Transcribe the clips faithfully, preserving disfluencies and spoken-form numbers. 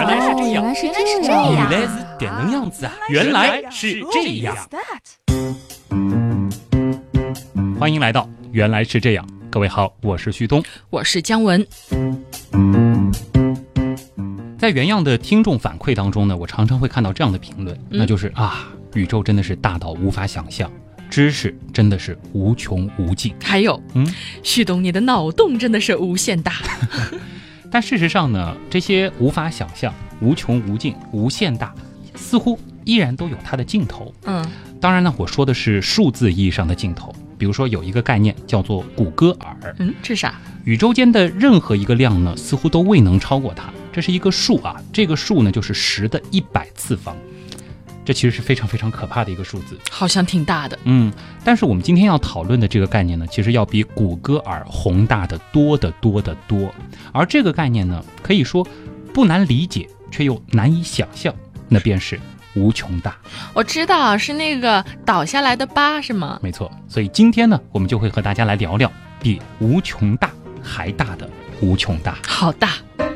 来是这样， 原来是这样， 原来是这能样子啊！原来是这样。欢迎来到原来是这样，各位好，我是旭东， 我是姜文。 在原样的听众反馈当中呢，我常常会看到这样的评论，嗯、那就是啊，宇宙真的是大到无法想象，知识真的是无穷无尽。 还有，嗯，旭东，你的脑洞真的是无限大。 但事实上呢，这些无法想象、无穷无尽、无限大，似乎依然都有它的尽头。嗯，当然呢，我说的是数字意义上的尽头。比如说有一个概念叫做古戈尔， 嗯，这啥？ 宇宙间的任何一个量呢，似乎都未能超过它。这是一个数啊，这个数呢就是十的一百次方。这其实是非常非常可怕的一个数字， 好像挺大的。 嗯，但是我们今天要讨论的这个概念呢，其实要比古戈尔宏大的多得多得多。而这个概念呢，可以说不难理解，却又难以想象，那便是无穷大。 我知道是那个倒下来的疤是吗？ 没错，所以今天呢，我们就会和大家来聊聊比无穷大还大的无穷大。 好大。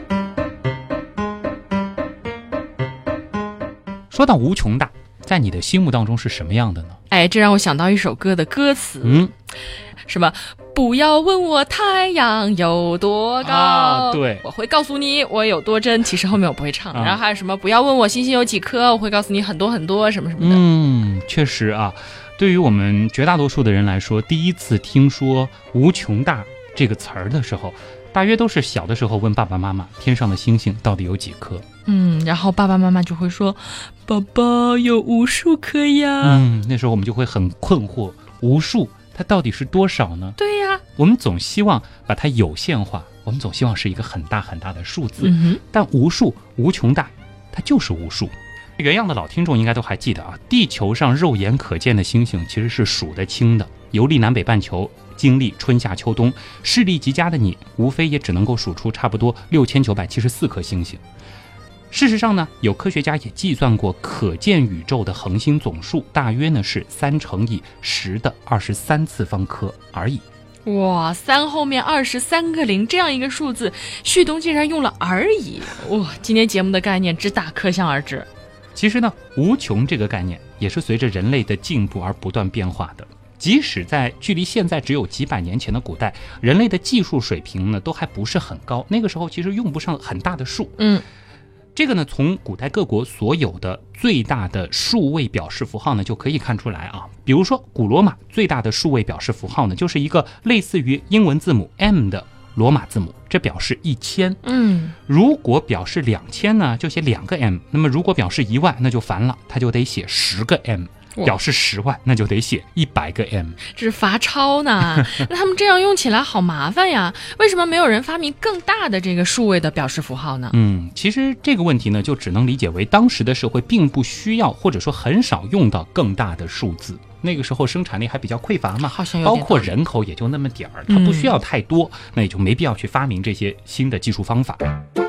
说到无穷大，在你的心目当中是什么样的呢？ 哎，这让我想到一首歌的歌词， 嗯， 什么不要问我太阳有多高， 啊、对， 我会告诉你我有多真。其实后面我不会唱、啊、然后还有什么不要问我星星有几颗，我会告诉你很多很多什么什么的。 嗯，确实啊，对于我们绝大多数的人来说，第一次听说无穷大这个词儿的时候，大约都是小的时候问爸爸妈妈天上的星星到底有几颗。 嗯，然后爸爸妈妈就会说宝宝有无数颗呀。 嗯，那时候我们就会很困惑，无数它到底是多少呢？ 对呀， 我们总希望把它有限化，我们总希望是一个很大很大的数字、 嗯、 但无数无穷大它就是无数。原样的老听众应该都还记得啊，地球上肉眼可见的星星其实是数得清的，游历南北半球，经历春夏秋冬，视力极佳的你无非也只能够数出差不多六千九百七十四颗星星。事实上呢，有科学家也计算过可见宇宙的恒星总数，大约呢是三乘以十的二十三次方颗而已。 哇，三后面二十三个零，这样一个数字，旭东竟然用了而已。哇，今天节目的概念之大，可想而知。 其实呢，无穷这个概念也是随着人类的进步而不断变化的。即使在距离现在只有几百年前的古代，人类的技术水平呢都还不是很高，那个时候其实用不上很大的数。 嗯， 这个呢，从古代各国所有的最大的数位表示符号呢就可以看出来啊。比如说古罗马最大的数位表示符号呢，就是一个类似于英文字母 M 的罗马字母，这表示一千。 嗯， 如果表示两千呢，就写两个 M。那么如果表示一万，那就烦了，它就得写十个 M。表示十万，那就得写一百个 M。 这是罚抄呢。那他们这样用起来好麻烦呀？为什么没有人发明更大的这个数位的表示符号呢？ 嗯，其实这个问题呢，就只能理解为当时的社会并不需要，或者说很少用到更大的数字。那个时候生产力还比较匮乏嘛， 好像有包括人口也就那么点儿，它不需要太多、嗯，那也就没必要去发明这些新的技术方法。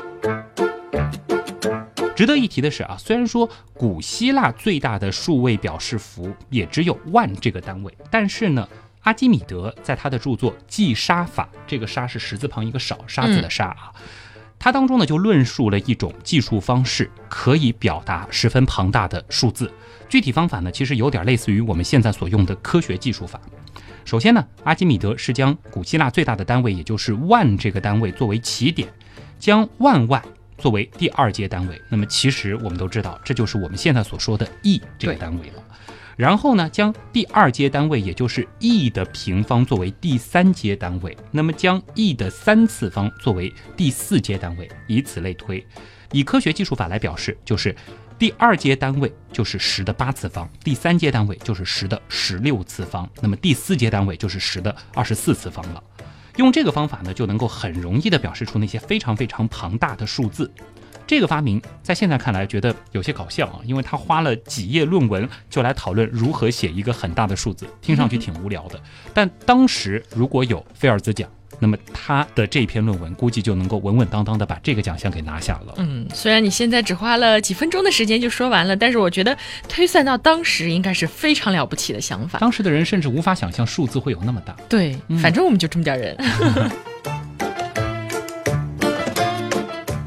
值得一提的是啊，虽然说古希腊最大的数位表示符也只有万这个单位，但是呢，阿基米德在他的著作《计沙法》，这个沙是十字旁一个少，沙字的沙啊，嗯、他当中呢就论述了一种计数方式，可以表达十分庞大的数字。具体方法呢，其实有点类似于我们现在所用的科学计数法。首先呢，阿基米德是将古希腊最大的单位，也就是万这个单位作为起点，将万万作为第二阶单位。那么其实我们都知道，这就是我们现在所说的亿这个单位了。然后呢，将第二阶单位，也就是亿的平方作为第三阶单位，那么将亿的三次方作为第四阶单位，以此类推。以科学计数法来表示，就是第二阶单位就是十的八次方，第三阶单位就是十的十六次方，那么第四阶单位就是十的二十四次方了。用这个方法呢，就能够很容易地表示出那些非常非常庞大的数字。这个发明在现在看来觉得有些搞笑啊，因为他花了几页论文就来讨论如何写一个很大的数字，听上去挺无聊的。但当时如果有菲尔兹奖，那么他的这篇论文估计就能够稳稳当当的把这个奖项给拿下了。 嗯，虽然你现在只花了几分钟的时间就说完了，但是我觉得推算到当时应该是非常了不起的想法。 当时的人甚至无法想象数字会有那么大。 对，嗯、反正我们就这么点人。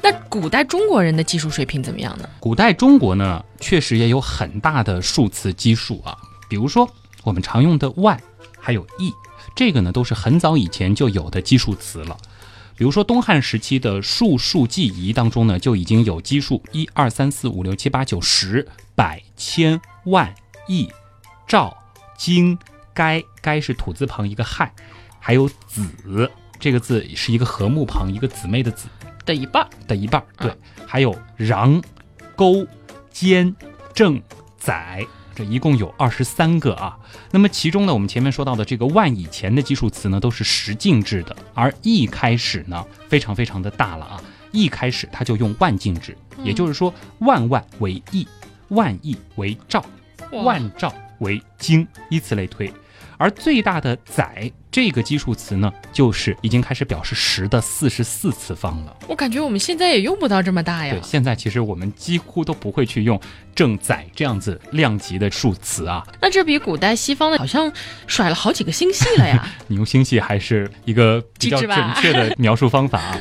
那古代中国人的技术水平怎么样呢？ 古代中国呢，确实也有很大的数词基数啊，比如说我们常用的万，还有亿，这个呢都是很早以前就有的基数词了。比如说东汉时期的数数记仪当中呢，就已经有基数一二三四五六七八九十、百、千、万、亿、兆、京、该，该是土字旁一个亥，还有子，这个字是一个禾木旁一个姊妹的子的一半的一半，对，嗯、还有禳、勾、坚、正、载，这一共有二十三个啊。那么其中呢，我们前面说到的这个万以前的基数词呢，都是十进制的，而亿开始呢，非常非常的大了啊。亿开始它就用万进制，嗯、也就是说万万为亿，万亿为兆，万兆为京，以此类推。而最大的载这个基数词呢，就是已经开始表示十的四十四次方了。 我感觉我们现在也用不到这么大呀。 对，现在其实我们几乎都不会去用正载这样子量级的数词啊。 那这比古代西方的好像甩了好几个星系了呀。 你用星系还是一个比较准确的描述方法啊。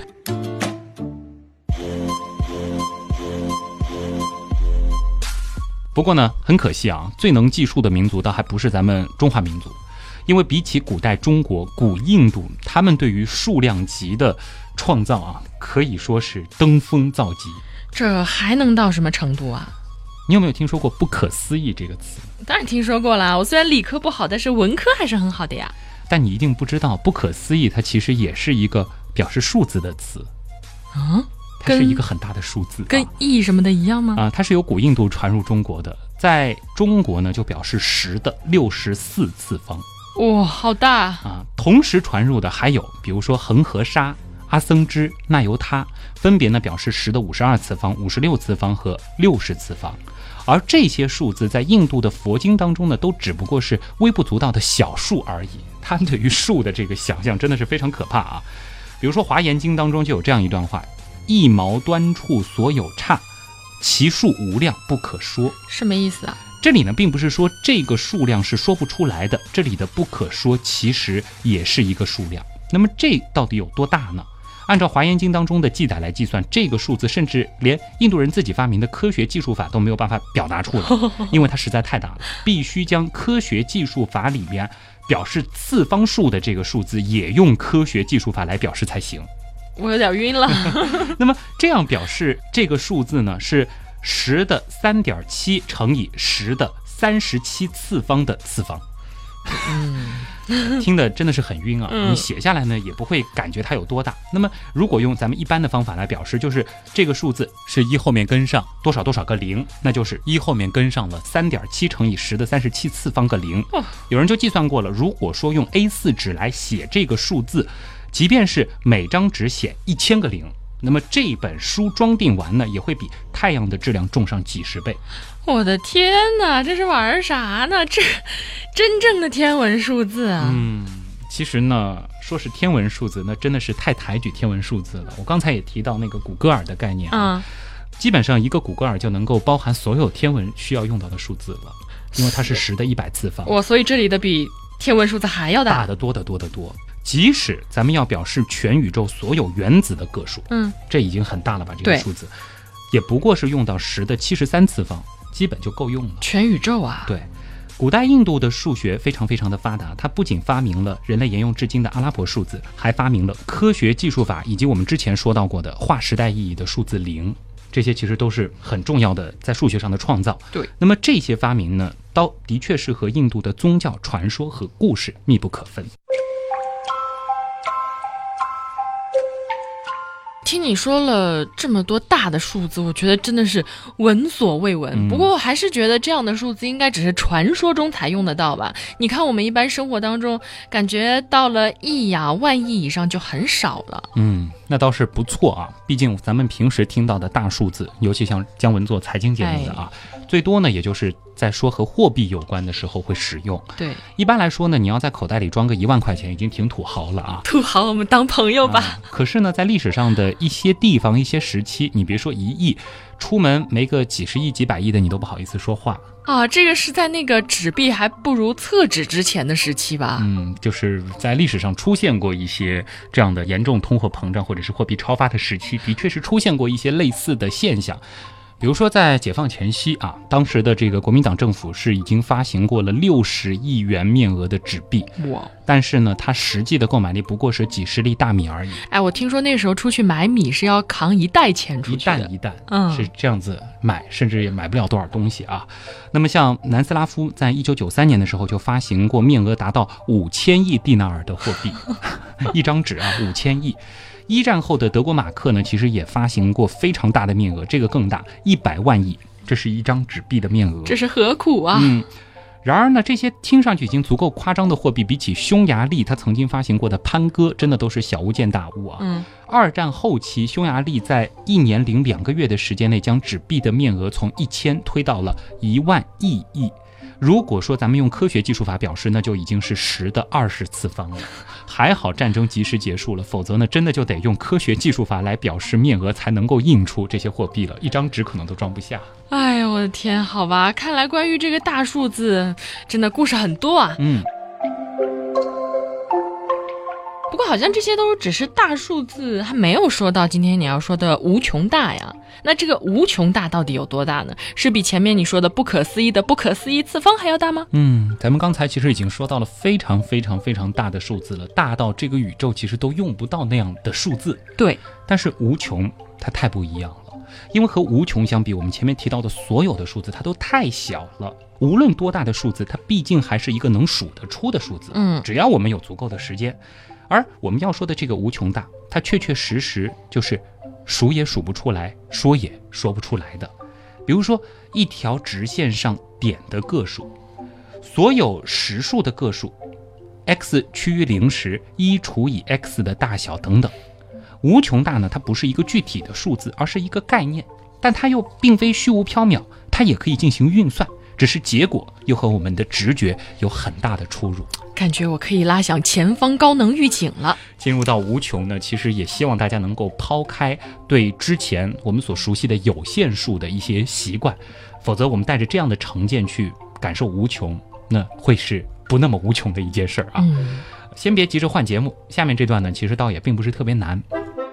不过呢，很可惜啊，最能计数的民族倒还不是咱们中华民族，因为比起古代中国、古印度，他们对于数量级的创造啊，可以说是登峰造极。 这还能到什么程度啊？ 你有没有听说过不可思议这个词？ 当然听说过啦，我虽然理科不好，但是文科还是很好的呀。 但你一定不知道，不可思议它其实也是一个表示数字的词。 啊？ 它是一个很大的数字， 跟亿什么的一样吗？ 啊，它是由古印度传入中国的，在中国呢就表示十的六十四次方。 哇，好大啊！同时传入的还有，比如说恒河沙、阿僧支、那由他，分别呢表示十的五十二次方、五十六次方和六十次方。而这些数字在印度的佛经当中呢，都只不过是微不足道的小数而已。他们对于数的这个想象真的是非常可怕啊！比如说《华严经》当中就有这样一段话。一毛端处所有差，其数无量不可说。 什么意思啊？ 这里呢，并不是说这个数量是说不出来的，这里的不可说其实也是一个数量。那么这到底有多大呢？按照《华严经》当中的记载来计算，这个数字甚至连印度人自己发明的科学计数法都没有办法表达出来，因为它实在太大了，必须将科学计数法里面表示次方数的这个数字也用科学计数法来表示才行。 我有点晕了。 那么这样表示这个数字呢，是十的三点七乘以十的三十七次方的次方。嗯，听的真的是很晕啊！嗯、你写下来呢，也不会感觉它有多大。那么如果用咱们一般的方法来表示，就是这个数字是一后面跟上多少多少个零，那就是一后面跟上了三点七乘以十的三十七次方个零。哦、有人就计算过了，如果说用 A 四 纸来写这个数字，即便是每张纸写一千个零，那么这本书装订完呢，也会比太阳的质量重上几十倍。 我的天哪，这是玩啥呢？这真正的天文数字啊！ 嗯，其实呢，说是天文数字，那真的是太抬举天文数字了。我刚才也提到那个古戈尔的概念啊，嗯、基本上一个古戈尔就能够包含所有天文需要用到的数字了，因为它是十的一百次方。 哇，所以这里的比天文数字还要大， 大得多得多得多。即使咱们要表示全宇宙所有原子的个数，嗯，这已经很大了吧？这个数字也不过是用到十的七十三次方，基本就够用了。 全宇宙啊！ 对，古代印度的数学非常非常的发达，它不仅发明了人类沿用至今的阿拉伯数字，还发明了科学计数法，以及我们之前说到过的划时代意义的数字零。这些其实都是很重要的在数学上的创造。 对， 那么这些发明呢，都的确是和印度的宗教传说和故事密不可分。 听你说了这么多大的数字，我觉得真的是闻所未闻。嗯、不过我还是觉得这样的数字应该只是传说中才用得到吧。你看我们一般生活当中，感觉到了亿呀、万亿以上就很少了。 嗯，那倒是不错啊。毕竟咱们平时听到的大数字，尤其像姜文做财经节目的啊，哎、最多呢也就是在说和货币有关的时候会使用。 对， 一般来说呢，你要在口袋里装个一万块钱已经挺土豪了啊。 土豪，我们当朋友吧。 啊、可是呢，在历史上的一些地方、一些时期，你别说一亿，出门没个几十亿、几百亿的，你都不好意思说话。 啊，这个是在那个纸币还不如厕纸之前的时期吧？ 嗯，就是在历史上出现过一些这样的严重通货膨胀或者是货币超发的时期，的确是出现过一些类似的现象。比如说在解放前夕啊，当时的这个国民党政府是已经发行过了六十亿元面额的纸币， 哇！ 但是呢，它实际的购买力不过是几十粒大米而已。 哎，我听说那时候出去买米是要扛一袋钱出去的， 一担一担， 嗯， 是这样子买，甚至也买不了多少东西啊。那么像南斯拉夫在一九九三年的时候就发行过面额达到五千亿蒂纳尔的货币，一张纸啊，五千亿。一战后的德国马克呢，其实也发行过非常大的面额，这个更大，一百万亿，这是一张纸币的面额， 这是何苦啊？ 嗯。然而呢，这些听上去已经足够夸张的货币，比起匈牙利他曾经发行过的潘哥，真的都是小巫见大巫啊。 嗯， 二战后期，匈牙利在一年零两个月的时间内，将纸币的面额从一千推到了一万亿亿。如果说咱们用科学技术法表示，那就已经是十的二十次方了。还好战争及时结束了，否则呢，真的就得用科学技术法来表示面额，才能够印出这些货币了，一张纸可能都装不下。 哎呀，我的天，好吧，看来关于这个大数字，真的故事很多啊。 嗯。 不过好像这些都只是大数字，还没有说到今天你要说的无穷大呀。那这个无穷大到底有多大呢？是比前面你说的不可思议的不可思议次方还要大吗？ 嗯，咱们刚才其实已经说到了非常非常非常大的数字了，大到这个宇宙其实都用不到那样的数字。 对， 但是无穷它太不一样了，因为和无穷相比，我们前面提到的所有的数字它都太小了。无论多大的数字，它毕竟还是一个能数得出的数字。 嗯， 只要我们有足够的时间。而我们要说的这个无穷大，它确确实实就是数也数不出来，说也说不出来的。比如说一条直线上点的个数，所有实数的个数 x 趋于零时，一除以 x 的大小等等。无穷大呢，它不是一个具体的数字，而是一个概念，但它又并非虚无缥缈，它也可以进行运算，只是结果又和我们的直觉有很大的出入。 感觉我可以拉响前方高能预警了。 进入到无穷呢，其实也希望大家能够抛开对之前我们所熟悉的有限数的一些习惯，否则我们带着这样的成见去感受无穷，那会是不那么无穷的一件事儿啊。 嗯， 先别急着换节目，下面这段呢，其实倒也并不是特别难。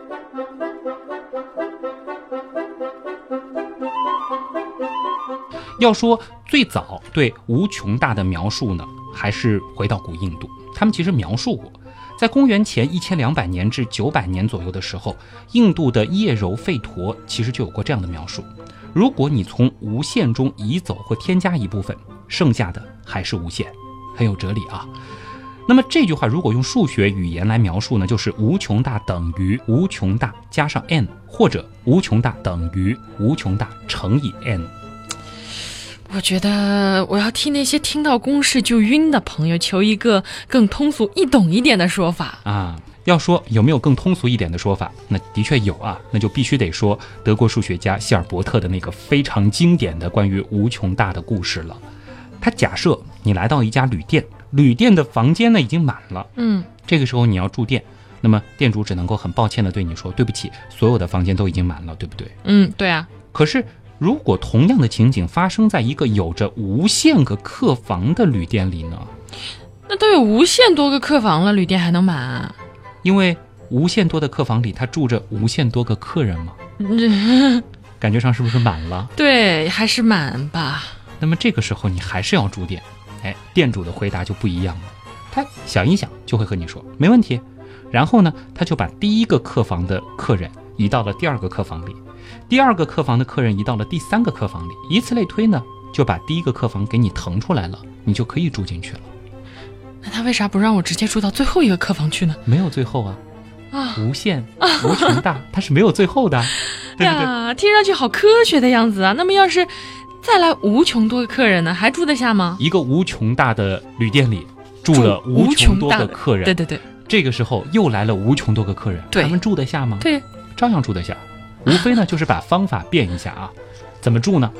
要说最早对无穷大的描述呢，还是回到古印度，他们其实描述过，在公元前一千两百年至九百年左右的时候，印度的叶柔吠陀其实就有过这样的描述：如果你从无限中移走或添加一部分，剩下的还是无限，很有哲理啊。那么这句话如果用数学语言来描述呢，就是无穷大等于无穷大加上 n， 或者无穷大等于无穷大乘以 n。 我觉得我要替那些听到公式就晕的朋友求一个更通俗易懂一点的说法啊。要说有没有更通俗一点的说法，那的确有啊，那就必须得说德国数学家希尔伯特的那个非常经典的关于无穷大的故事了。他假设你来到一家旅店，旅店的房间呢已经满了， 嗯， 这个时候你要住店，那么店主只能够很抱歉的对你说，对不起，所有的房间都已经满了，对不对？ 嗯，对啊。 可是如果同样的情景发生在一个有着无限个客房的旅店里呢？ 那都有无限多个客房了，旅店还能满啊？ 因为无限多的客房里，它住着无限多个客人嘛，感觉上是不是满了？ 对，还是满吧。 那么这个时候你还是要住店，哎，店主的回答就不一样了。他想一想就会和你说没问题，然后呢，他就把第一个客房的客人移到了第二个客房里，第二个客房的客人移到了第三个客房里，以此类推呢，就把第一个客房给你腾出来了，你就可以住进去了。 那他为啥不让我直接住到最后一个客房去呢？ 没有最后啊， 啊， 无限无穷大，它是没有最后的，对不对？ 呀，听上去好科学的样子啊。那么要是再来无穷多个客人呢，还住得下吗？ 一个无穷大的旅店里住了无穷多个客人， 对对对， 这个时候又来了无穷多个客人，他们住得下吗？ 对， 照样住得下，无非呢就是把方法变一下啊。怎么住呢？ 嗯，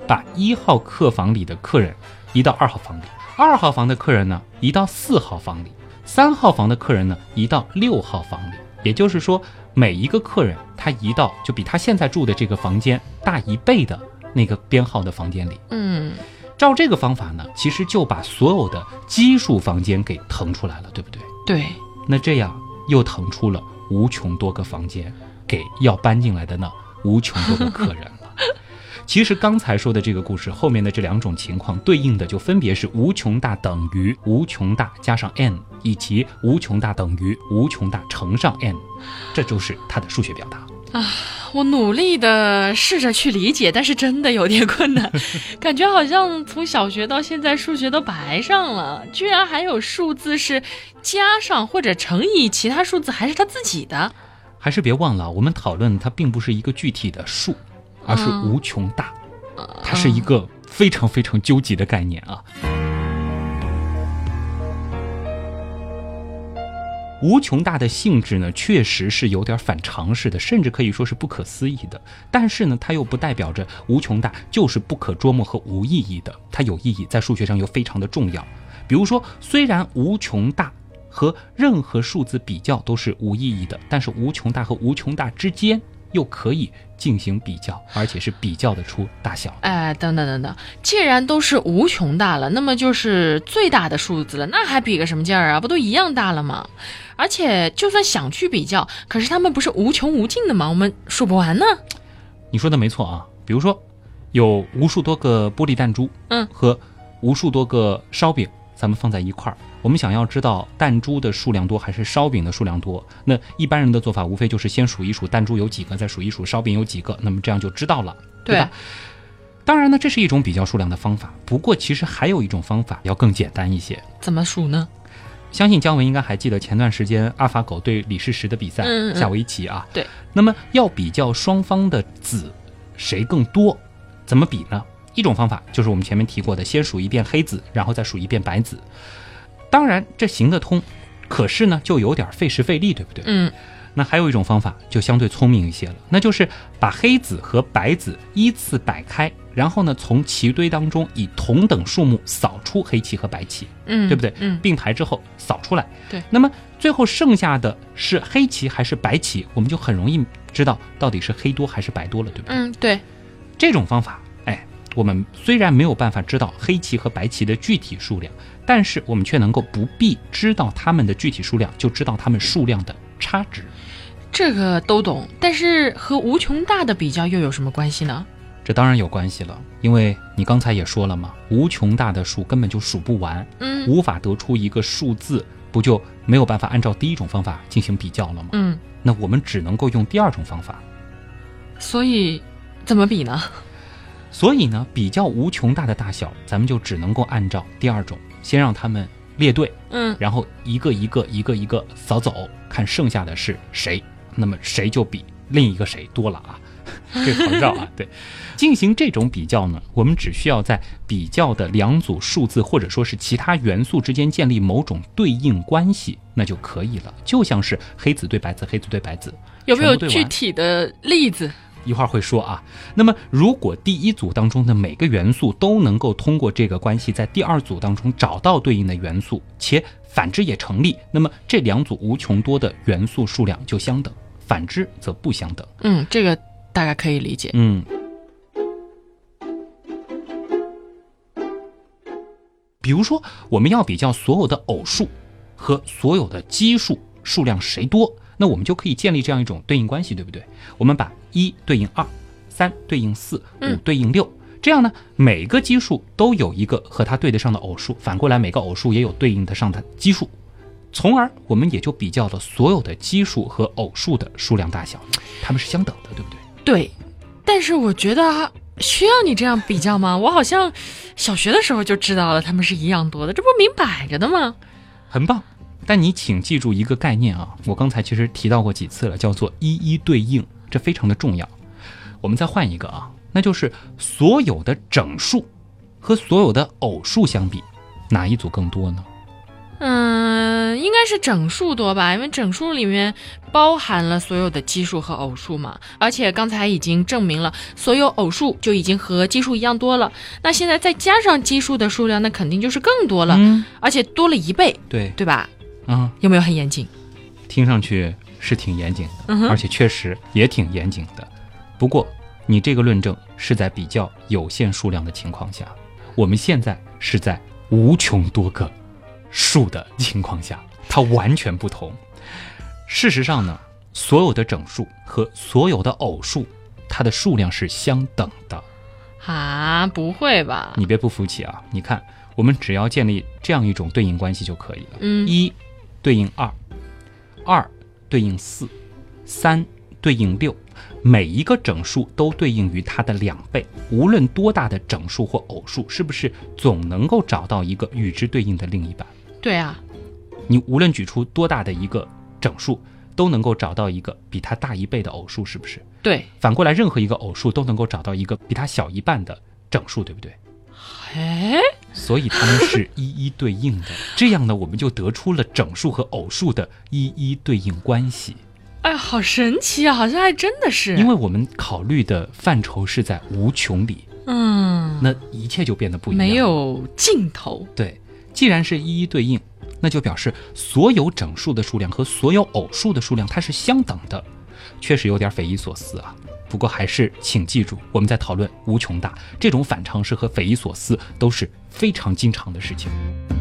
把一号客房里的客人移到二号房里，二号房的客人呢移到四号房里，三号房的客人呢移到六号房里。也就是说，每一个客人他移到就比他现在住的这个房间大一倍的那个编号的房间里。 嗯， 照这个方法呢，其实就把所有的奇数房间给腾出来了，对不对？ 对。 那这样又腾出了无穷多个房间给要搬进来的呢无穷多个客人了。其实刚才说的这个故事后面的这两种情况对应的就分别是无穷大等于无穷大加上 n， 以及无穷大等于无穷大乘上 n， 这就是它的数学表达啊。我努力的试着去理解，但是真的有点困难。感觉好像从小学到现在数学都白上了，居然还有数字是加上或者乘以其他数字还是它自己的。 还是别忘了，我们讨论它并不是一个具体的数，而是无穷大，嗯、它是一个非常非常究极的概念啊。无穷大的性质呢，确实是有点反常识的，甚至可以说是不可思议的。但是呢，它又不代表着无穷大就是不可捉摸和无意义的，它有意义，在数学上又非常的重要。比如说，虽然无穷大和任何数字比较都是无意义的，但是无穷大和无穷大之间又可以进行比较，而且是比较得出大小。 哎，等等等等，既然都是无穷大了，那么就是最大的数字了，那还比个什么劲儿啊？不都一样大了吗？而且就算想去比较，可是它们不是无穷无尽的吗？我们数不完呢。 你说的没错啊，比如说有无数多个玻璃弹珠， 嗯， 和无数多个烧饼，咱们放在一块儿，我们想要知道弹珠的数量多还是烧饼的数量多，那一般人的做法无非就是先数一数弹珠有几个，再数一数烧饼有几个，那么这样就知道了，对吧？当然呢，这是一种比较数量的方法，不过其实还有一种方法要更简单一些。 怎么数呢？ 相信姜文应该还记得前段时间阿法狗对李世石的比赛， 嗯嗯下围棋啊。 对。 那么要比较双方的子谁更多，怎么比呢？一种方法就是我们前面提过的，先数一遍黑子，然后再数一遍白子。当然这行得通，可是呢就有点费时费力，对不对？ 嗯。 那还有一种方法就相对聪明一些了，那就是把黑子和白子依次摆开，然后呢从棋堆当中以同等数目扫出黑棋和白棋， 嗯， 对不对？ 嗯， 并排之后扫出来， 对。 那么最后剩下的是黑棋还是白棋，我们就很容易知道到底是黑多还是白多了，对不对？ 嗯，对。 这种方法，哎，我们虽然没有办法知道黑棋和白棋的具体数量，但是我们却能够不必知道它们的具体数量，就知道它们数量的差值。 这个都懂，但是和无穷大的比较又有什么关系呢？ 这当然有关系了，因为你刚才也说了嘛，无穷大的数根本就数不完， 嗯， 无法得出一个数字，不就没有办法按照第一种方法进行比较了吗？ 嗯， 那我们只能够用第二种方法。 所以怎么比呢？ 所以呢，比较无穷大的大小，咱们就只能够按照第二种，先让它们列队， 嗯， 然后一个一个一个一个扫走，看剩下的是谁，那么谁就比另一个谁多了啊。这个好绕啊。对，进行这种比较呢，我们只需要在比较的两组数字或者说是其他元素之间建立某种对应关系，那就可以了。就像是黑子对白子，黑子对白子， 有没有具体的例子？ 一会儿会说啊。那么如果第一组当中的每个元素都能够通过这个关系在第二组当中找到对应的元素，且反之也成立，那么这两组无穷多的元素数量就相等，反之则不相等。 嗯，这个大概可以理解。 嗯，比如说我们要比较所有的偶数和所有的奇数数量谁多，那我们就可以建立这样一种对应关系，对不对？我们把一对应二，三对应四，五对应六，嗯，这样呢，每个奇数都有一个和它对得上的偶数，反过来每个偶数也有对应得上的奇数，从而我们也就比较了所有的奇数和偶数的数量大小，它们是相等的，对不对？ 对，但是我觉得需要你这样比较吗？我好像小学的时候就知道了，它们是一样多的，这不明摆着的吗？ 很棒。但你请记住一个概念啊，我刚才其实提到过几次了，叫做一一对应，这非常的重要。我们再换一个啊，那就是所有的整数和所有的偶数相比，哪一组更多呢？ 嗯， 嗯，应该是整数多吧，因为整数里面包含了所有的奇数和偶数嘛，而且刚才已经证明了所有偶数就已经和奇数一样多了，那现在再加上奇数的数量，那肯定就是更多了， 嗯， 而且多了一倍， 对对吧？ 嗯， 有没有很严谨？ 听上去是挺严谨的， 嗯、 而且确实也挺严谨的。不过你这个论证是在比较有限数量的情况下，我们现在是在无穷多个数的情况下，它完全不同。事实上呢，所有的整数和所有的偶数，它的数量是相等的。 啊，不会吧？ 你别不服气啊！你看，我们只要建立这样一种对应关系就可以了。 嗯， 一对应二，二对应四，三对应六，每一个整数都对应于它的两倍。无论多大的整数或偶数，是不是总能够找到一个与之对应的另一半？ 对啊， 你无论举出多大的一个整数，都能够找到一个比它大一倍的偶数，是不是？ 对。 反过来，任何一个偶数都能够找到一个比它小一半的整数，对不对？ 哎， 所以它们是一一对应的。这样呢，我们就得出了整数和偶数的一一对应关系。 哎，好神奇啊！好像还真的是， 因为我们考虑的范畴是在无穷里， 嗯， 那一切就变得不一样， 没有尽头。 对，既然是一一对应，那就表示所有整数的数量和所有偶数的数量它是相等的，确实有点匪夷所思啊。不过还是请记住，我们在讨论无穷大，这种反常识和匪夷所思都是非常经常的事情。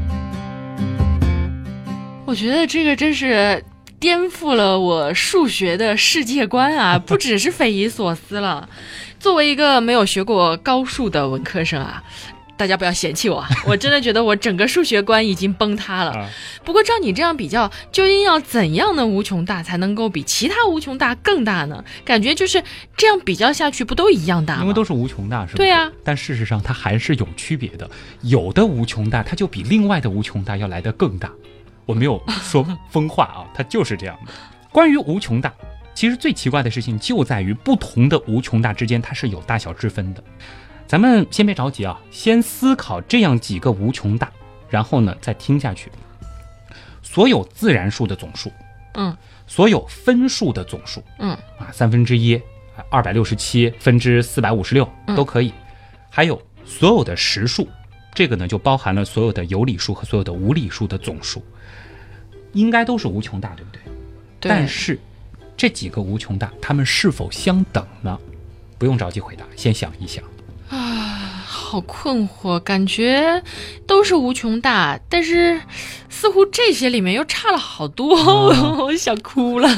我觉得这个真是颠覆了我数学的世界观啊，不只是匪夷所思了。作为一个没有学过高数的文科生啊，大家不要嫌弃我，我真的觉得我整个数学观已经崩塌了。不过照你这样比较，究竟要怎样的无穷大才能够比其他无穷大更大呢？感觉就是这样比较下去，不都一样大吗？ 因为都是无穷大，是吧？ 对啊。 但事实上它还是有区别的，有的无穷大它就比另外的无穷大要来得更大。我没有说疯话啊，它就是这样的。关于无穷大，其实最奇怪的事情就在于不同的无穷大之间它是有大小之分的。咱们先别着急啊，先思考这样几个无穷大，然后呢再听下去。所有自然数的总数， 嗯， 所有分数的总数， 嗯啊，三分之一、二百六十七分之四百五十六都可以，嗯，还有所有的实数，这个呢就包含了所有的有理数和所有的无理数的总数，应该都是无穷大，对不对？ 对。 但是这几个无穷大，它们是否相等呢？不用着急回答，先想一想。 啊，好困惑，感觉都是无穷大，但是似乎这些里面又差了好多，嗯，我想哭了。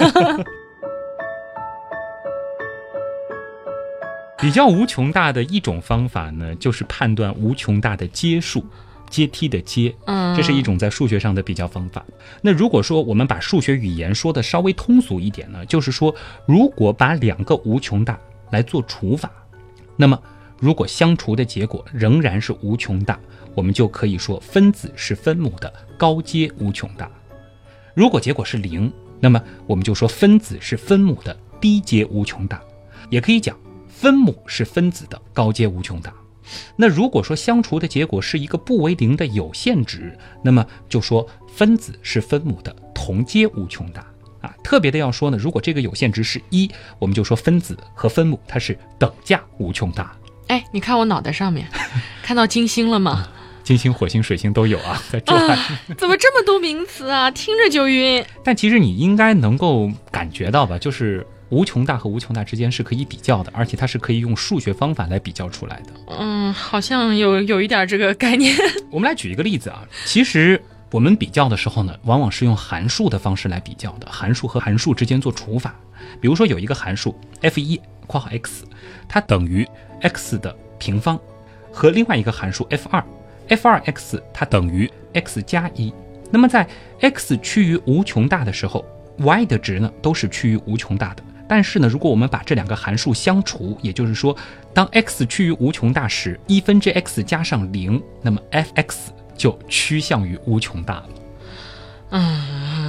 比较无穷大的一种方法呢，就是判断无穷大的阶数，阶梯的阶， 嗯， 这是一种在数学上的比较方法。那如果说我们把数学语言说的稍微通俗一点呢，就是说，如果把两个无穷大来做除法，那么如果相除的结果仍然是无穷大，我们就可以说分子是分母的高阶无穷大。如果结果是零，那么我们就说分子是分母的低阶无穷大，也可以讲分母是分子的高阶无穷大。那如果说相除的结果是一个不为零的有限值，那么就说分子是分母的同阶无穷大啊。特别的要说呢，如果这个有限值是一，我们就说分子和分母它是等价无穷大。 哎，你看我脑袋上面看到金星了吗？ 金星、火星、水星都有啊，在转、 啊、怎么这么多名词啊，听着就晕。 但其实你应该能够感觉到吧，就是无穷大和无穷大之间是可以比较的，而且它是可以用数学方法来比较出来的。 嗯，好像有有一点这个概念。 我们来举一个例子啊，其实我们比较的时候呢，往往是用函数的方式来比较的，函数和函数之间做除法。比如说有一个函数 f 一 括号 x， 它等于 x 的平方，和另外一个函数 f 二 f 二 x 它等于 x 加一。那么在 x 趋于无穷大的时候， y 的值呢都是趋于无穷大的。但是呢，如果我们把这两个函数相除，也就是说当 x 趋于无穷大时，一分之 x 加上零，那么 f(x) 就趋向于无穷大了。 嗯，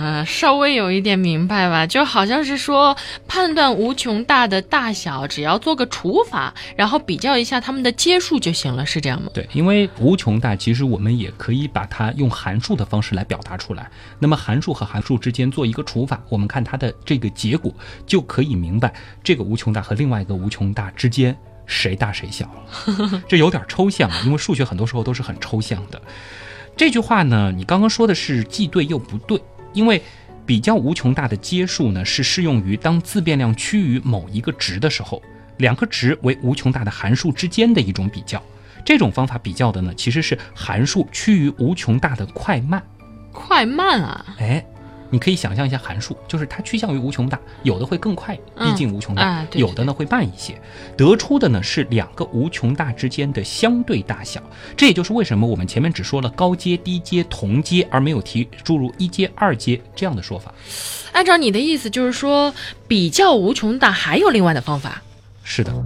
呃，稍微有一点明白吧，就好像是说判断无穷大的大小，只要做个除法，然后比较一下它们的阶数就行了，是这样吗？ 对，因为无穷大其实我们也可以把它用函数的方式来表达出来。那么函数和函数之间做一个除法，我们看它的这个结果，就可以明白这个无穷大和另外一个无穷大之间谁大谁小了。这有点抽象啊，因为数学很多时候都是很抽象的。这句话呢，你刚刚说的是既对又不对。因为比较无穷大的阶数呢，是适用于当自变量趋于某一个值的时候，两个值为无穷大的函数之间的一种比较。这种方法比较的呢，其实是函数趋于无穷大的快慢。 快慢啊？ 哎，你可以想象一下函数，就是它趋向于无穷大，有的会更快，逼近无穷大， 嗯啊、对对对， 有的呢会慢一些。得出的呢是两个无穷大之间的相对大小。这也就是为什么我们前面只说了高阶、低阶、同阶，而没有提诸如一阶、二阶这样的说法。 按照你的意思，就是说比较无穷大还有另外的方法？ 是的。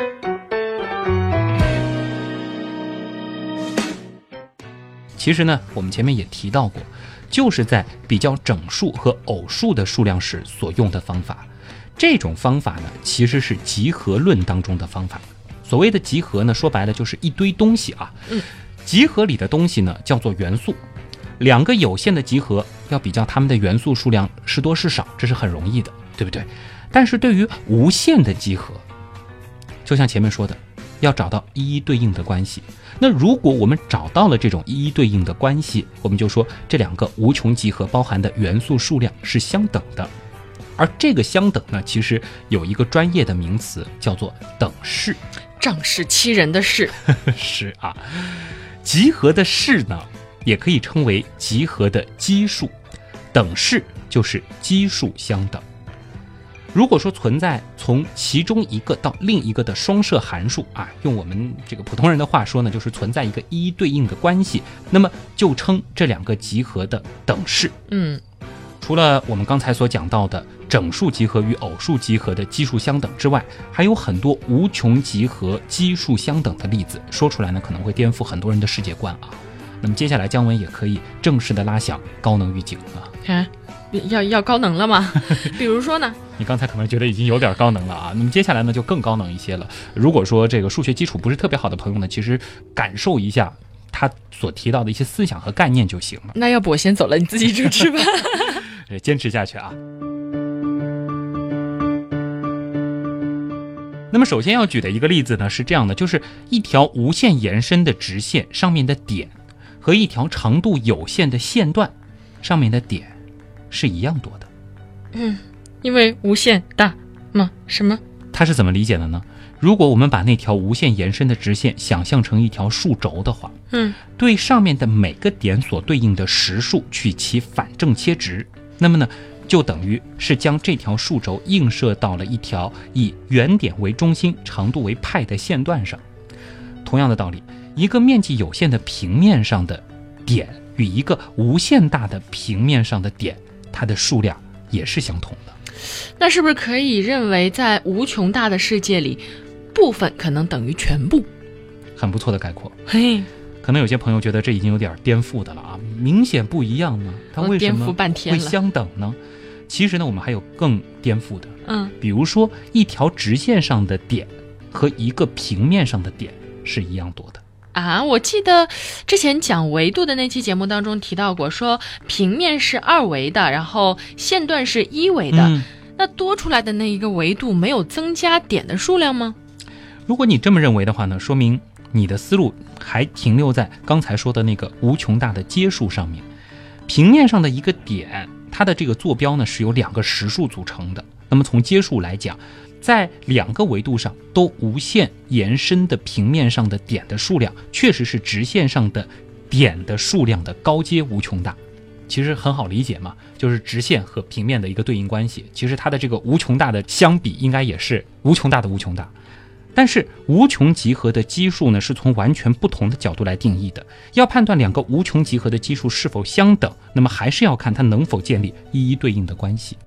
其实呢，我们前面也提到过，就是在比较整数和偶数的数量时所用的方法。这种方法呢，其实是集合论当中的方法。所谓的集合呢，说白了就是一堆东西啊。 嗯， 集合里的东西呢，叫做元素。两个有限的集合要比较它们的元素数量是多是少，这是很容易的，对不对？但是对于无限的集合，就像前面说的，要找到一一对应的关系。那如果我们找到了这种一一对应的关系，我们就说这两个无穷集合包含的元素数量是相等的。而这个相等呢，其实有一个专业的名词叫做等式。 仗势欺人的势。 是啊，集合的式呢，也可以称为集合的基数。等式就是基数相等。如果说存在从其中一个到另一个的双摄函数啊，用我们这个普通人的话说呢，就是存在一个一一对应的关系，那么就称这两个集合的等式。 嗯， 除了我们刚才所讲到的整数集合与偶数集合的基数相等之外，还有很多无穷集合基数相等的例子，说出来呢可能会颠覆很多人的世界观啊。那么接下来姜文也可以正式的拉响高能预警了。 啊，要要高能了吗？比如说呢？ 你刚才可能觉得已经有点高能了啊，那么接下来呢就更高能一些了。如果说这个数学基础不是特别好的朋友呢，其实感受一下他所提到的一些思想和概念就行了。 那要不我先走了，你自己主持吧。 坚持下去啊。那么首先要举的一个例子呢是这样的，就是一条无限延伸的直线上面的点和一条长度有限的线段上面的点是一样多的。 嗯，因为无限大吗？什么？ 它是怎么理解的呢？如果我们把那条无限延伸的直线想象成一条数轴的话， 嗯， 对上面的每个点所对应的实数取其反正切值，那么呢就等于是将这条数轴映射到了一条以原点为中心、长度为派的线段上。同样的道理，一个面积有限的平面上的点与一个无限大的平面上的点，它的数量也是相同的。 那是不是可以认为在无穷大的世界里，部分可能等于全部？ 很不错的概括。 嘿， 可能有些朋友觉得这已经有点颠覆的了啊，明显不一样呢，它为什么会相等呢？其实呢，我们还有更颠覆的， 嗯， 比如说一条直线上的点和一个平面上的点是一样多的啊。我记得之前讲维度的那期节目当中提到过，说平面是二维的，然后线段是一维的，嗯，那多出来的那一个维度没有增加点的数量吗？ 如果你这么认为的话呢，说明你的思路还停留在刚才说的那个无穷大的阶数上面。平面上的一个点，它的这个坐标呢是由两个实数组成的。那么从阶数来讲，在两个维度上都无限延伸的平面上的点的数量，确实是直线上的点的数量的高阶无穷大。其实很好理解嘛，就是直线和平面的一个对应关系。其实它的这个无穷大的相比，应该也是无穷大的无穷大。但是无穷集合的基数呢，是从完全不同的角度来定义的。要判断两个无穷集合的基数是否相等，那么还是要看它能否建立一一对应的关系。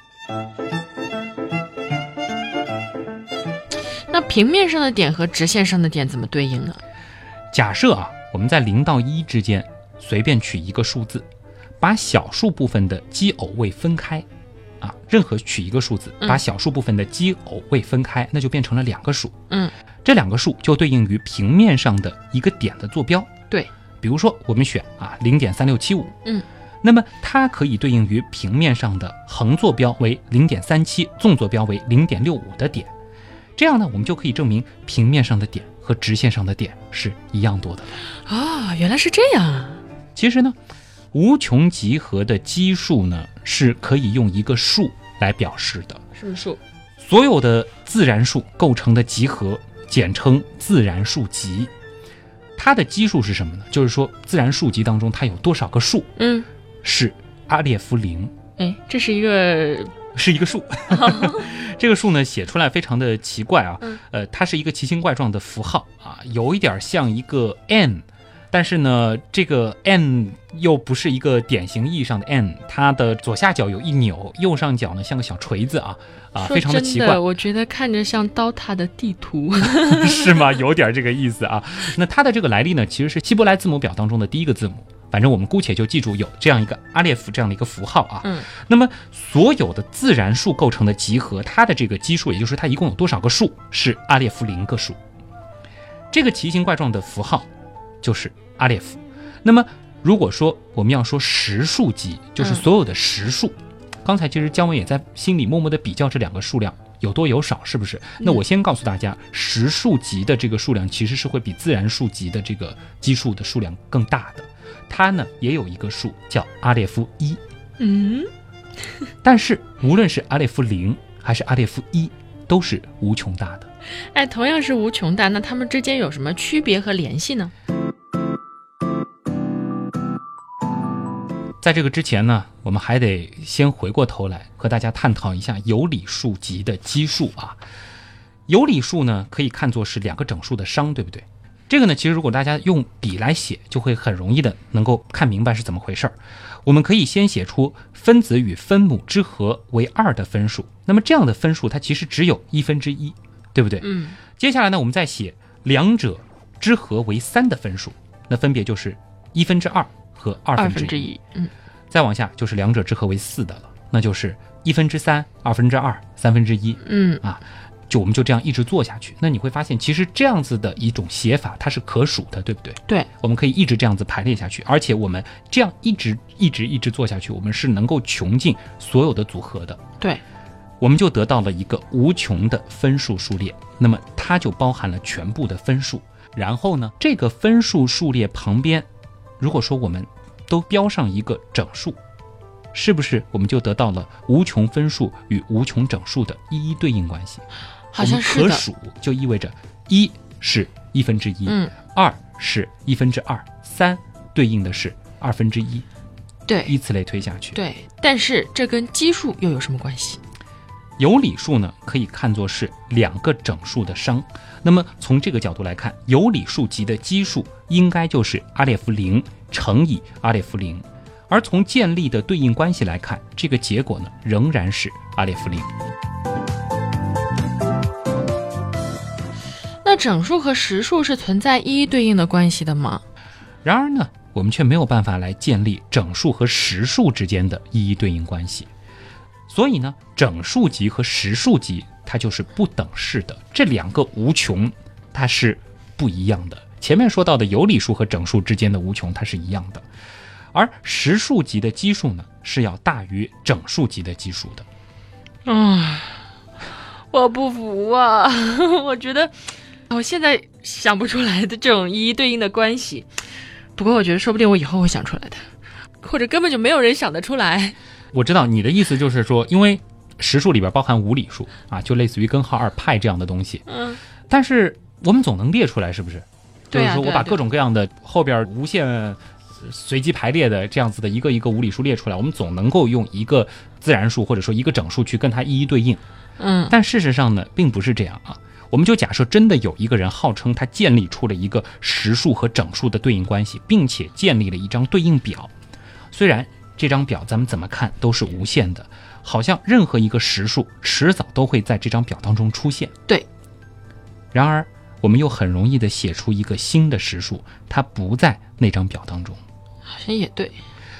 那平面上的点和直线上的点怎么对应呢？ 假设啊，我们在零到一之间随便取一个数字， 把小数部分的奇偶位分开啊，任何取一个数字，把小数部分的奇偶位分开，嗯、那就变成了两个数。 嗯， 这两个数就对应于平面上的一个点的坐标。 对， 比如说我们选啊零点三六七五， 嗯， 那么它可以对应于平面上的横坐标为零点三七，纵坐标为零点六五的点。这样呢，我们就可以证明平面上的点和直线上的点是一样多的了。 啊、哦，原来是这样啊！ 其实呢，无穷集合的基数呢是可以用一个数来表示的。 什么数？ 所有的自然数构成的集合简称自然数集。它的基数是什么呢？就是说自然数集当中它有多少个数？ 嗯， 是阿列夫零。 哎，这是一个是一个数。这个数呢写出来非常的奇怪啊， 嗯、 呃，它是一个奇形怪状的符号啊，有一点像一个 n， 但是呢，这个 n 又不是一个典型意义上的 n， 它的左下角有一扭，右上角呢像个小锤子啊啊，非常的奇怪。 我觉得看着像刀塔的地图， 是吗？有点这个意思啊。那它的这个来历呢，其实是希伯来字母表当中的第一个字母。反正我们姑且就记住有这样一个阿列夫这样的一个符号啊。 嗯， 那么所有的自然数构成的集合，它的这个基数，也就是它一共有多少个数，是阿列夫零个数。这个奇形怪状的符号就是阿列夫。那么如果说我们要说实数集，就是所有的实数，嗯、刚才其实姜文也在心里默默的比较这两个数量有多有少，是不是？那我先告诉大家，实数集的这个数量其实是会比自然数集的这个基数的数量更大的。它呢也有一个数叫阿列夫一， 嗯， 但是无论是阿列夫零还是阿列夫一，都是无穷大的。 哎，同样是无穷大，那它们之间有什么区别和联系呢？ 在这个之前呢，我们还得先回过头来和大家探讨一下有理数集的基数啊。有理数呢可以看作是两个整数的商，对不对？这个呢，其实如果大家用笔来写，就会很容易的能够看明白是怎么回事儿。我们可以先写出分子与分母之和为二的分数，那么这样的分数它其实只有一分之一，对不对？ 嗯。 接下来呢，我们再写两者之和为三的分数，那分别就是一分之二和二分之一。 嗯。 再往下就是两者之和为四的了，那就是一分之三、二分之二、三分之一。 嗯啊。就我们就这样一直做下去，那你会发现其实这样子的一种写法它是可数的，对不对？ 对， 我们可以一直这样子排列下去，而且我们这样一直一直一直做下去，我们是能够穷尽所有的组合的。 对， 我们就得到了一个无穷的分数数列，那么它就包含了全部的分数。然后呢，这个分数数列旁边，如果说我们都标上一个整数，是不是我们就得到了无穷分数与无穷整数的一一对应关系？ 好像是的。 可数就意味着一是一分之一， 嗯， 二是一分之二，三对应的是二分之一， 对， 以此类推下去。 对，但是这跟基数又有什么关系？ 有理数呢，可以看作是两个整数的商。那么从这个角度来看，有理数集的基数应该就是阿列夫零乘以阿列夫零。而从建立的对应关系来看，这个结果呢仍然是阿列夫零。 那整数和实数是存在一一对应的关系的吗？ 然而呢，我们却没有办法来建立整数和实数之间的一一对应关系。所以呢，整数集和实数集它就是不等式的，这两个无穷它是不一样的。前面说到的有理数和整数之间的无穷它是一样的，而实数集的基数呢是要大于整数集的基数的。 啊，我不服啊！我觉得我现在想不出来的这种一一对应的关系，不过我觉得说不定我以后会想出来的，或者根本就没有人想得出来。 我知道你的意思就是说，因为实数里边包含无理数啊，就类似于根号二派这样的东西。 嗯， 但是我们总能列出来，是不是？ 对啊， 就是说我把各种各样的后边无限随机排列的这样子的一个一个无理数列出来，我们总能够用一个自然数或者说一个整数去跟它一一对应。 嗯， 但事实上呢，并不是这样啊。我们就假设真的有一个人号称他建立出了一个实数和整数的对应关系，并且建立了一张对应表。虽然这张表咱们怎么看都是无限的，好像任何一个实数迟早都会在这张表当中出现。 对。 然而我们又很容易的写出一个新的实数，它不在那张表当中。 好像也对。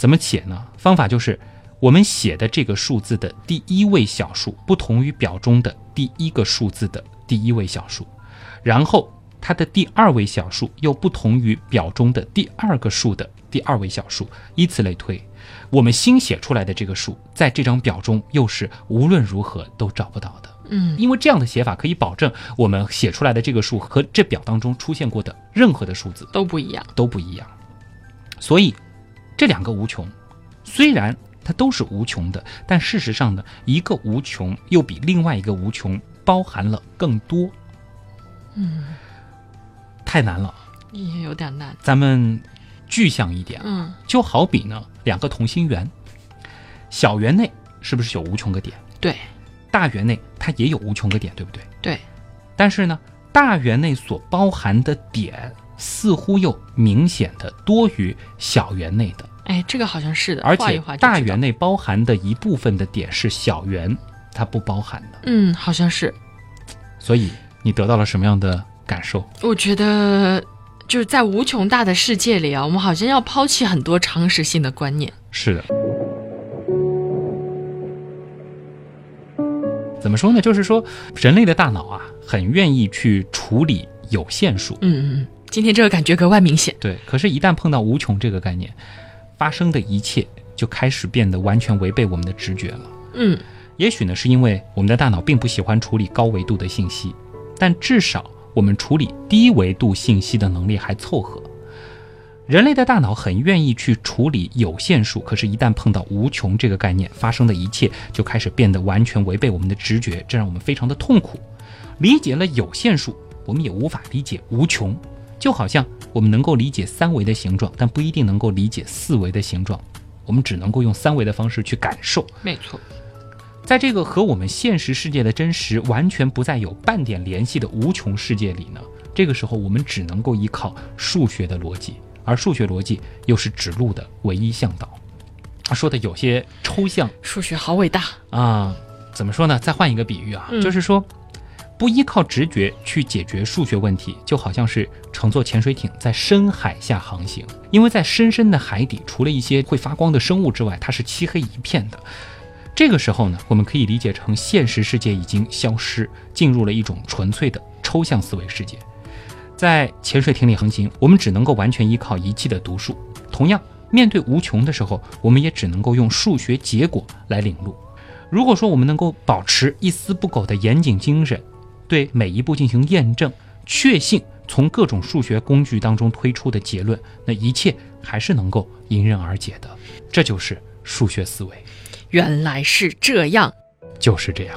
怎么写呢？方法就是我们写的这个数字的第一位小数不同于表中的第一个数字的第一位小数，然后它的第二位小数又不同于表中的第二个数的第二位小数，以此类推。我们新写出来的这个数在这张表中又是无论如何都找不到的。 嗯， 因为这样的写法可以保证我们写出来的这个数和这表当中出现过的任何的数字都不一样， 都不一样。所以这两个无穷虽然它都是无穷的，但事实上呢，一个无穷又比另外一个无穷包含了更多。 嗯， 太难了， 也有点难。 咱们具象一点， 嗯， 就好比呢两个同心圆，小圆内是不是有无穷个点？ 对。 大圆内它也有无穷个点，对不对？ 对。 但是呢，大圆内所包含的点似乎又明显的多于小圆内的。 哎，这个好像是的。 而且大圆内包含的一部分的点是小圆它不包含的。 嗯，好像是。 所以你得到了什么样的感受？ 我觉得就是在无穷大的世界里啊，我们好像要抛弃很多常识性的观念。 是的。怎么说呢？就是说人类的大脑啊，很愿意去处理有限数。 嗯嗯，今天这个感觉格外明显。 对，可是一旦碰到无穷这个概念，发生的一切就开始变得完全违背我们的直觉了。 嗯， 也许呢是因为我们的大脑并不喜欢处理高维度的信息，但至少我们处理低维度信息的能力还凑合。人类的大脑很愿意去处理有限数，可是一旦碰到无穷这个概念，发生的一切就开始变得完全违背我们的直觉，这让我们非常的痛苦。理解了有限数，我们也无法理解无穷，就好像我们能够理解三维的形状，但不一定能够理解四维的形状，我们只能够用三维的方式去感受。 没错。 在这个和我们现实世界的真实完全不再有半点联系的无穷世界里呢，这个时候我们只能够依靠数学的逻辑，而数学逻辑又是指路的唯一向导。说的有些抽象， 数学好伟大啊！怎么说呢？再换一个比喻啊， 嗯、 就是说，不依靠直觉去解决数学问题，就好像是乘坐潜水艇在深海下航行，因为在深深的海底，除了一些会发光的生物之外，它是漆黑一片的。这个时候呢，我们可以理解成现实世界已经消失，进入了一种纯粹的抽象思维世界。在潜水艇里航行，我们只能够完全依靠仪器的读数。同样，面对无穷的时候，我们也只能够用数学结果来领路。如果说我们能够保持一丝不苟的严谨精神，对每一步进行验证，确信从各种数学工具当中推出的结论，那一切还是能够迎刃而解的。这就是数学思维。 原来是这样， 就是这样。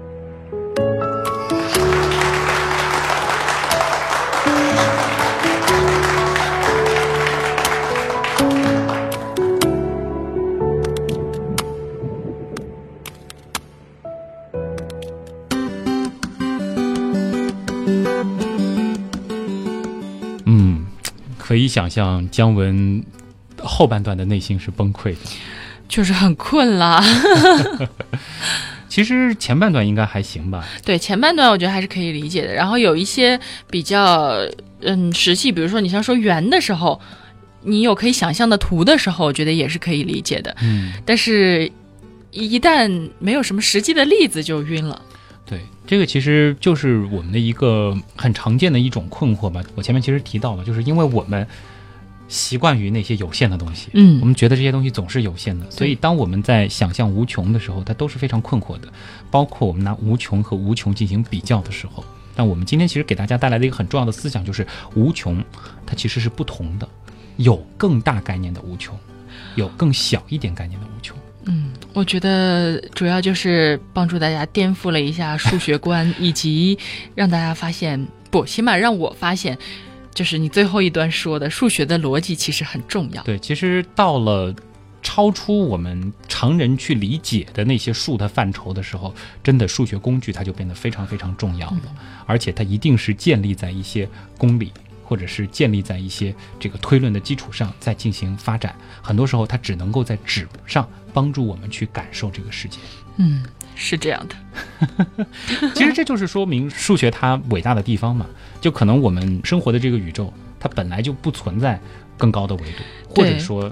嗯，可以想象姜文后半段的内心是崩溃的， 就是很困啦。 其实前半段应该还行吧？ 对，前半段我觉得还是可以理解的。然后有一些比较嗯实际，比如说你像说圆的时候，你有可以想象的图的时候，我觉得也是可以理解的。 嗯， 但是一旦没有什么实际的例子，就晕了。 对，这个其实就是我们的一个很常见的一种困惑吧。我前面其实提到了，就是因为我们习惯于那些有限的东西， 嗯， 我们觉得这些东西总是有限的，所以当我们在想象无穷的时候，它都是非常困惑的。包括我们拿无穷和无穷进行比较的时候，但我们今天其实给大家带来的一个很重要的思想，就是无穷它其实是不同的，有更大概念的无穷，有更小一点概念的无穷。 嗯，我觉得主要就是帮助大家颠覆了一下数学观，以及让大家发现，不，起码让我发现，就是你最后一段说的数学的逻辑其实很重要。 对，其实到了超出我们常人去理解的那些数的范畴的时候，真的数学工具它就变得非常非常重要了，嗯、而且它一定是建立在一些公理，或者是建立在一些这个推论的基础上再进行发展。很多时候它只能够在纸上帮助我们去感受这个世界。 嗯，是这样的。 其实这就是说明数学它伟大的地方嘛，就可能我们生活的这个宇宙它本来就不存在更高的维度，或者说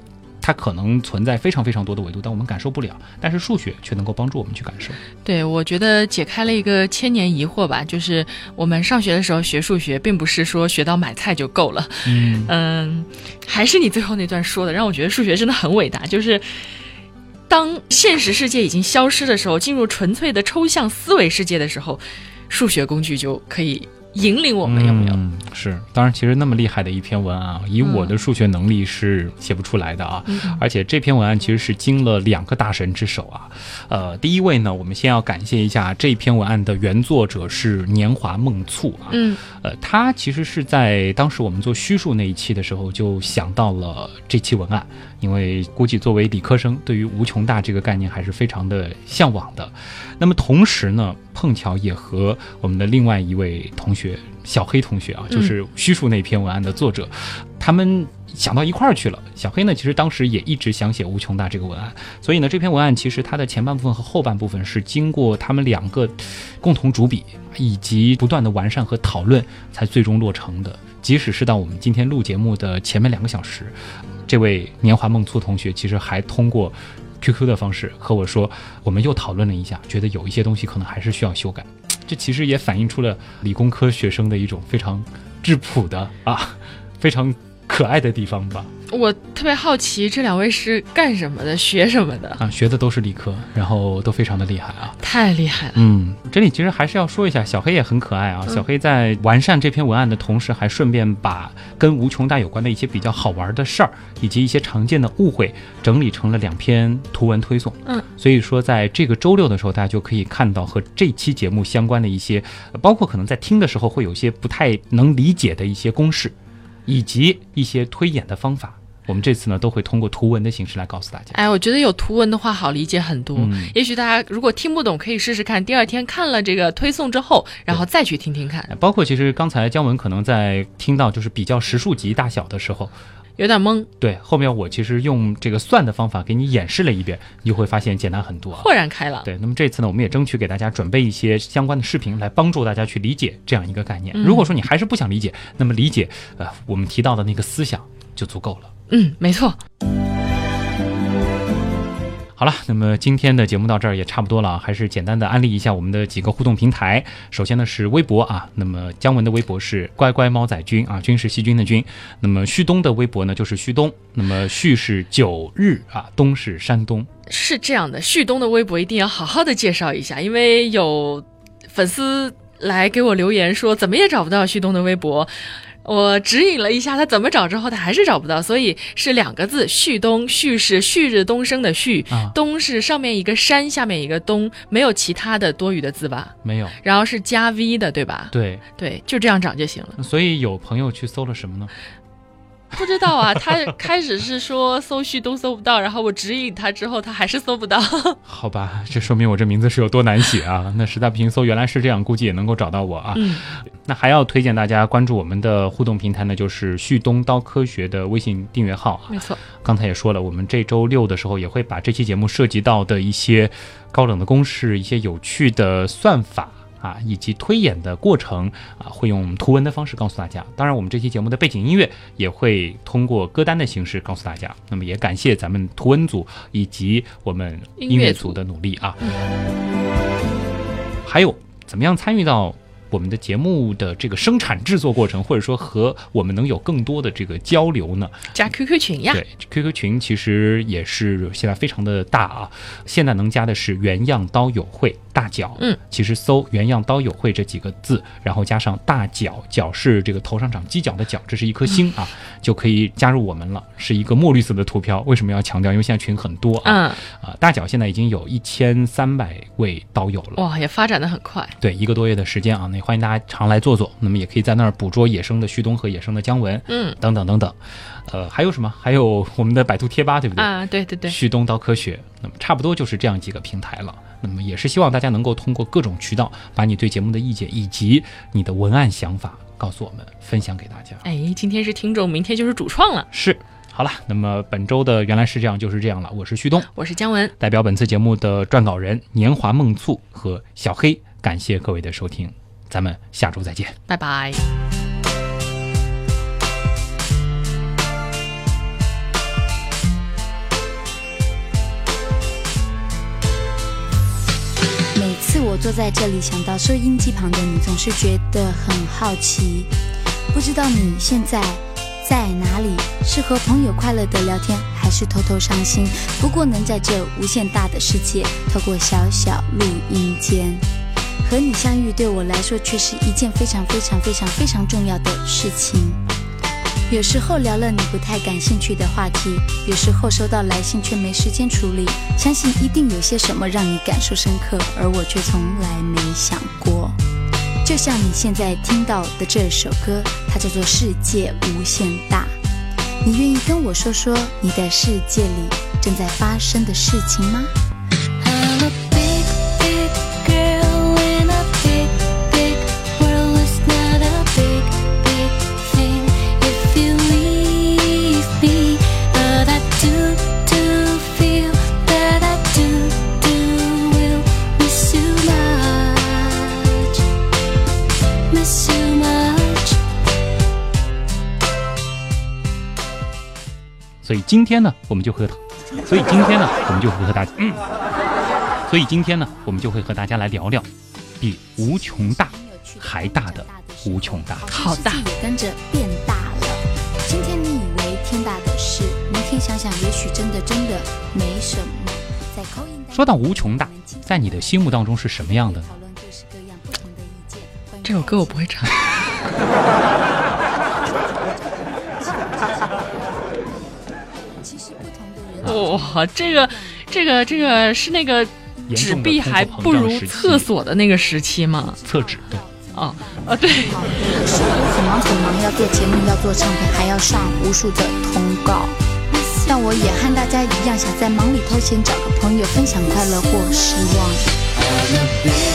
它可能存在非常非常多的维度，但我们感受不了，但是数学却能够帮助我们去感受。 对，我觉得解开了一个千年疑惑吧，就是我们上学的时候学数学，并不是说学到买菜就够了。嗯嗯，还是你最后那段说的，让我觉得数学真的很伟大，就是当现实世界已经消失的时候，进入纯粹的抽象思维世界的时候，数学工具就可以引领我们，有没有？ 嗯，是。当然，其实那么厉害的一篇文案啊，以我的数学能力是写不出来的啊。嗯、而且这篇文案其实是经了两个大神之手啊。呃，第一位呢，我们先要感谢一下这篇文案的原作者是年华梦醋啊。嗯。呃，他其实是在当时我们做虚数那一期的时候就想到了这期文案，因为估计作为理科生，对于无穷大这个概念还是非常的向往的。那么同时呢，碰巧也和我们的另外一位同学小黑同学啊，就是虚数那篇文案的作者、嗯、他们想到一块儿去了。小黑呢其实当时也一直想写无穷大这个文案，所以呢这篇文案其实它的前半部分和后半部分是经过他们两个共同主笔以及不断的完善和讨论才最终落成的。即使是到我们今天录节目的前面两个小时，这位年华梦醋同学其实还通过 Q Q 的方式和我说，我们又讨论了一下，觉得有一些东西可能还是需要修改。这其实也反映出了理工科学生的一种非常质朴的啊，非常可爱的地方吧。 我特别好奇这两位是干什么的，学什么的啊？学的都是理科，然后都非常的厉害啊， 太厉害了。 嗯，这里其实还是要说一下，小黑也很可爱啊。嗯、小黑在完善这篇文案的同时，还顺便把跟无穷大有关的一些比较好玩的事儿，以及一些常见的误会，整理成了两篇图文推送。嗯，所以说在这个周六的时候，大家就可以看到和这期节目相关的一些，包括可能在听的时候会有些不太能理解的一些公式，以及一些推演的方法。我们这次呢都会通过图文的形式来告诉大家。 哎，我觉得有图文的话好理解很多、嗯、也许大家如果听不懂可以试试看，第二天看了这个推送之后然后再去听听看。 包括其实刚才姜文可能在听到就是比较实数级大小的时候有点懵， 对，后面我其实用这个算的方法给你演示了一遍，你就会发现简单很多、啊、 豁然开朗。 对，那么这次呢我们也争取给大家准备一些相关的视频来帮助大家去理解这样一个概念、嗯、如果说你还是不想理解，那么理解呃我们提到的那个思想就足够了。 嗯，没错。 好了，那么今天的节目到这儿也差不多了，还是简单的安利一下我们的几个互动平台。首先呢是微博啊，那么姜文的微博是乖乖猫仔君啊，君是细菌的君。那么旭东的微博呢就是旭东，那么旭是九日啊，东是山东。 是这样的，旭东的微博一定要好好的介绍一下，因为有粉丝来给我留言说怎么也找不到旭东的微博。我指引了一下他怎么找之后他还是找不到，所以是两个字，旭东。旭是旭日东升的旭、啊、东是上面一个山下面一个东，没有其他的多余的字吧？ 没有。 然后是加 V 的对吧？ 对对，就这样长就行了。 所以有朋友去搜了什么呢？ 不知道啊，他开始是说搜旭东搜不到，然后我指引他之后他还是搜不到。 好吧，这说明我这名字是有多难写啊。那实在不行搜原来是这样，估计也能够找到我啊、嗯、那还要推荐大家关注我们的互动平台呢，就是旭东刀科学的微信订阅号啊。 没错， 刚才也说了，我们这周六的时候也会把这期节目涉及到的一些高冷的公式，一些有趣的算法啊，以及推演的过程啊，会用图文的方式告诉大家。当然我们这期节目的背景音乐也会通过歌单的形式告诉大家。那么也感谢咱们图文组以及我们音乐组的努力啊。还有怎么样参与到我们的节目的这个生产制作过程，或者说和我们能有更多的这个交流呢？ 加 Q Q 群呀。 对， Q Q 群其实也是现在非常的大啊。现在能加的是原样刀友会大脚，嗯，其实搜原样刀友会这几个字，然后加上大脚，脚是这个头上长犄角的角，这是一颗星啊、嗯，就可以加入我们了。是一个墨绿色的图标，为什么要强调？因为现在群很多啊，嗯、啊，大脚现在已经有一千三百位刀友了， 哇，也发展的很快。 对，一个多月的时间啊，那欢迎大家常来坐坐。那么也可以在那儿捕捉野生的旭东和野生的姜文，嗯，等等等等。呃，还有什么？还有我们的百度贴吧，对不对？ 啊，对对对， 旭东刀科学。那么差不多就是这样几个平台了。那么也是希望大家能够通过各种渠道，把你对节目的意见以及你的文案想法告诉我们，分享给大家。 哎，今天是听众，明天就是主创了。 是。好了，那么本周的原来是这样就是这样了。我是旭东， 我是姜文， 代表本次节目的撰稿人年华梦醋和小黑，感谢各位的收听，咱们下周再见， 拜拜。 次我坐在这里，想到收音机旁的你，总是觉得很好奇，不知道你现在在哪里，是和朋友快乐的聊天，还是偷偷伤心？不过能在这无限大的世界，透过小小录音间和你相遇，对我来说却是一件非常非常非常非常重要的事情。有时候聊了你不太感兴趣的话题，有时候收到来信却没时间处理，相信一定有些什么让你感受深刻，而我却从来没想过。就像你现在听到的这首歌，它叫做《世界无限大》。你愿意跟我说说你的世界里正在发生的事情吗？ 所以今天呢，我们就和，所以今天呢，我们就会和大家，嗯，所以今天呢，我们就会和大家来聊聊比无穷大还大的无穷大。 好大， 也跟着变大了。今天你以为天大的事，明天想想，也许真的真的没什么。在口音说到无穷大，在你的心目当中是什么样的呢？ 这首歌我不会唱。哇，这个这个这个是那个纸币还不如厕所的那个时期吗？ 厕纸，对。 哦，啊对。 是我很忙很忙，要做节目，要做唱片，还要上无数的通告。但我也和大家一样，想在忙里偷闲，找个朋友分享快乐或失望。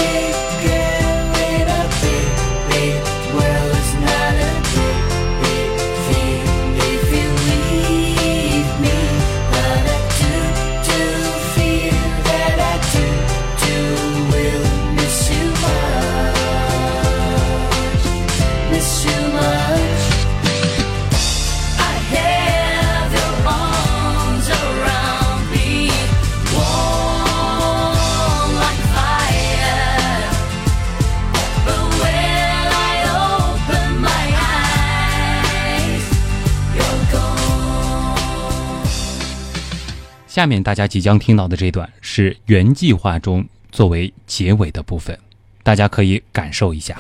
下面大家即将听到的这段是原计划中作为结尾的部分，大家可以感受一下。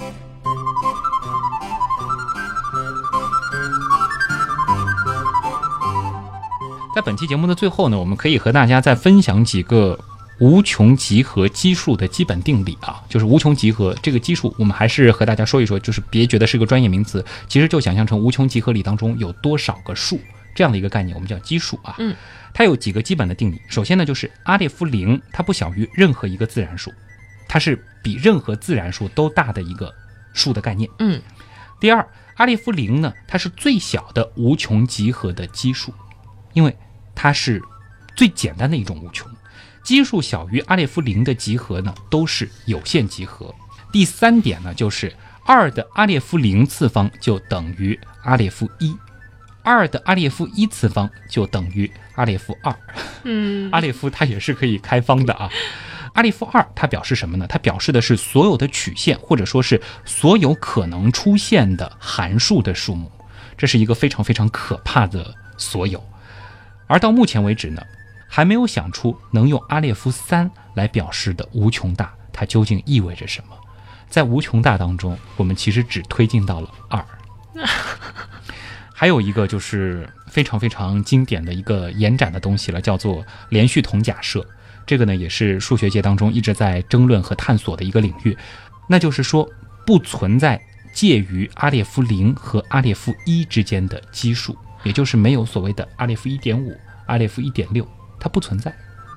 在本期节目的最后呢，我们可以和大家再分享几个无穷集合基数的基本定理啊，就是无穷集合这个基数，我们还是和大家说一说，就是别觉得是个专业名词，其实就想象成无穷集合里当中有多少个数这样的一个概念，我们叫基数啊。 嗯， 它有几个基本的定理。首先呢，就是阿列夫零，它不小于任何一个自然数，它是比任何自然数都大的一个数的概念。 嗯。 第二，阿列夫零呢，它是最小的无穷集合的基数，因为它是最简单的一种无穷。基数小于阿列夫零的集合呢，都是有限集合。第三点呢，就是二的阿列夫零次方就等于阿列夫一。二的阿列夫一次方就等于阿列夫二。 嗯， 阿列夫它也是可以开方的啊。阿列夫二它表示什么呢？它表示的是所有的曲线，或者说是所有可能出现的函数的数目。这是一个非常非常可怕的所有。而到目前为止呢，还没有想出能用阿列夫三来表示的无穷大，它究竟意味着什么？在无穷大当中，我们其实只推进到了二。还有一个就是非常非常经典的一个延展的东西了，叫做连续统假设。这个呢，也是数学界当中一直在争论和探索的一个领域。那就是说，不存在介于阿列夫零和阿列夫一之间的基数，也就是没有所谓的阿列夫 一点五、阿列夫 一点六，它不存在。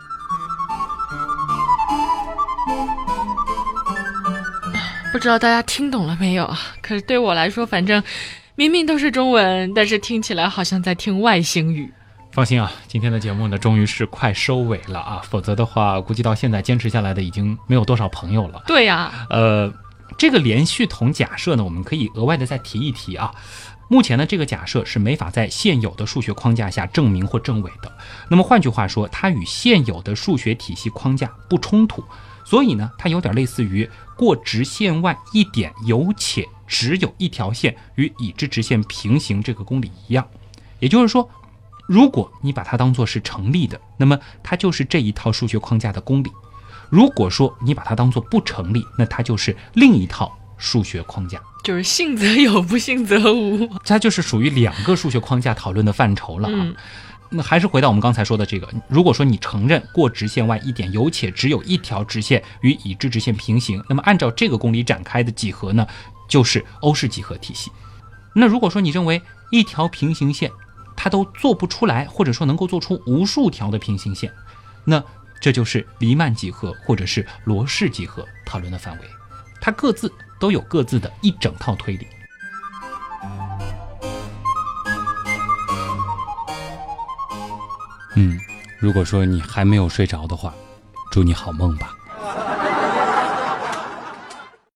不知道大家听懂了没有啊？可是对我来说，反正明明都是中文，但是听起来好像在听外星语。 放心啊，今天的节目呢，终于是快收尾了啊，否则的话，估计到现在坚持下来的已经没有多少朋友了。 对呀、啊， 呃，这个连续统假设呢，我们可以额外的再提一提啊。目前呢，这个假设是没法在现有的数学框架下证明或证伪的。那么换句话说，它与现有的数学体系框架不冲突。 所以呢，它有点类似于过直线外一点有且只有一条线与已知直线平行这个公理一样。也就是说，如果你把它当作是成立的，那么它就是这一套数学框架的公理；如果说你把它当作不成立，那它就是另一套数学框架， 就是信则有，不信则无。 它就是属于两个数学框架讨论的范畴了啊。 嗯那还是回到我们刚才说的这个，如果说你承认过直线外一点有且只有一条直线与已知直线平行，那么按照这个公理展开的几何呢，就是欧式几何体系。那如果说你认为一条平行线它都做不出来，或者说能够做出无数条的平行线，那这就是黎曼几何或者是罗氏几何讨论的范围，它各自都有各自的一整套推理。嗯，如果说你还没有睡着的话，祝你好梦吧。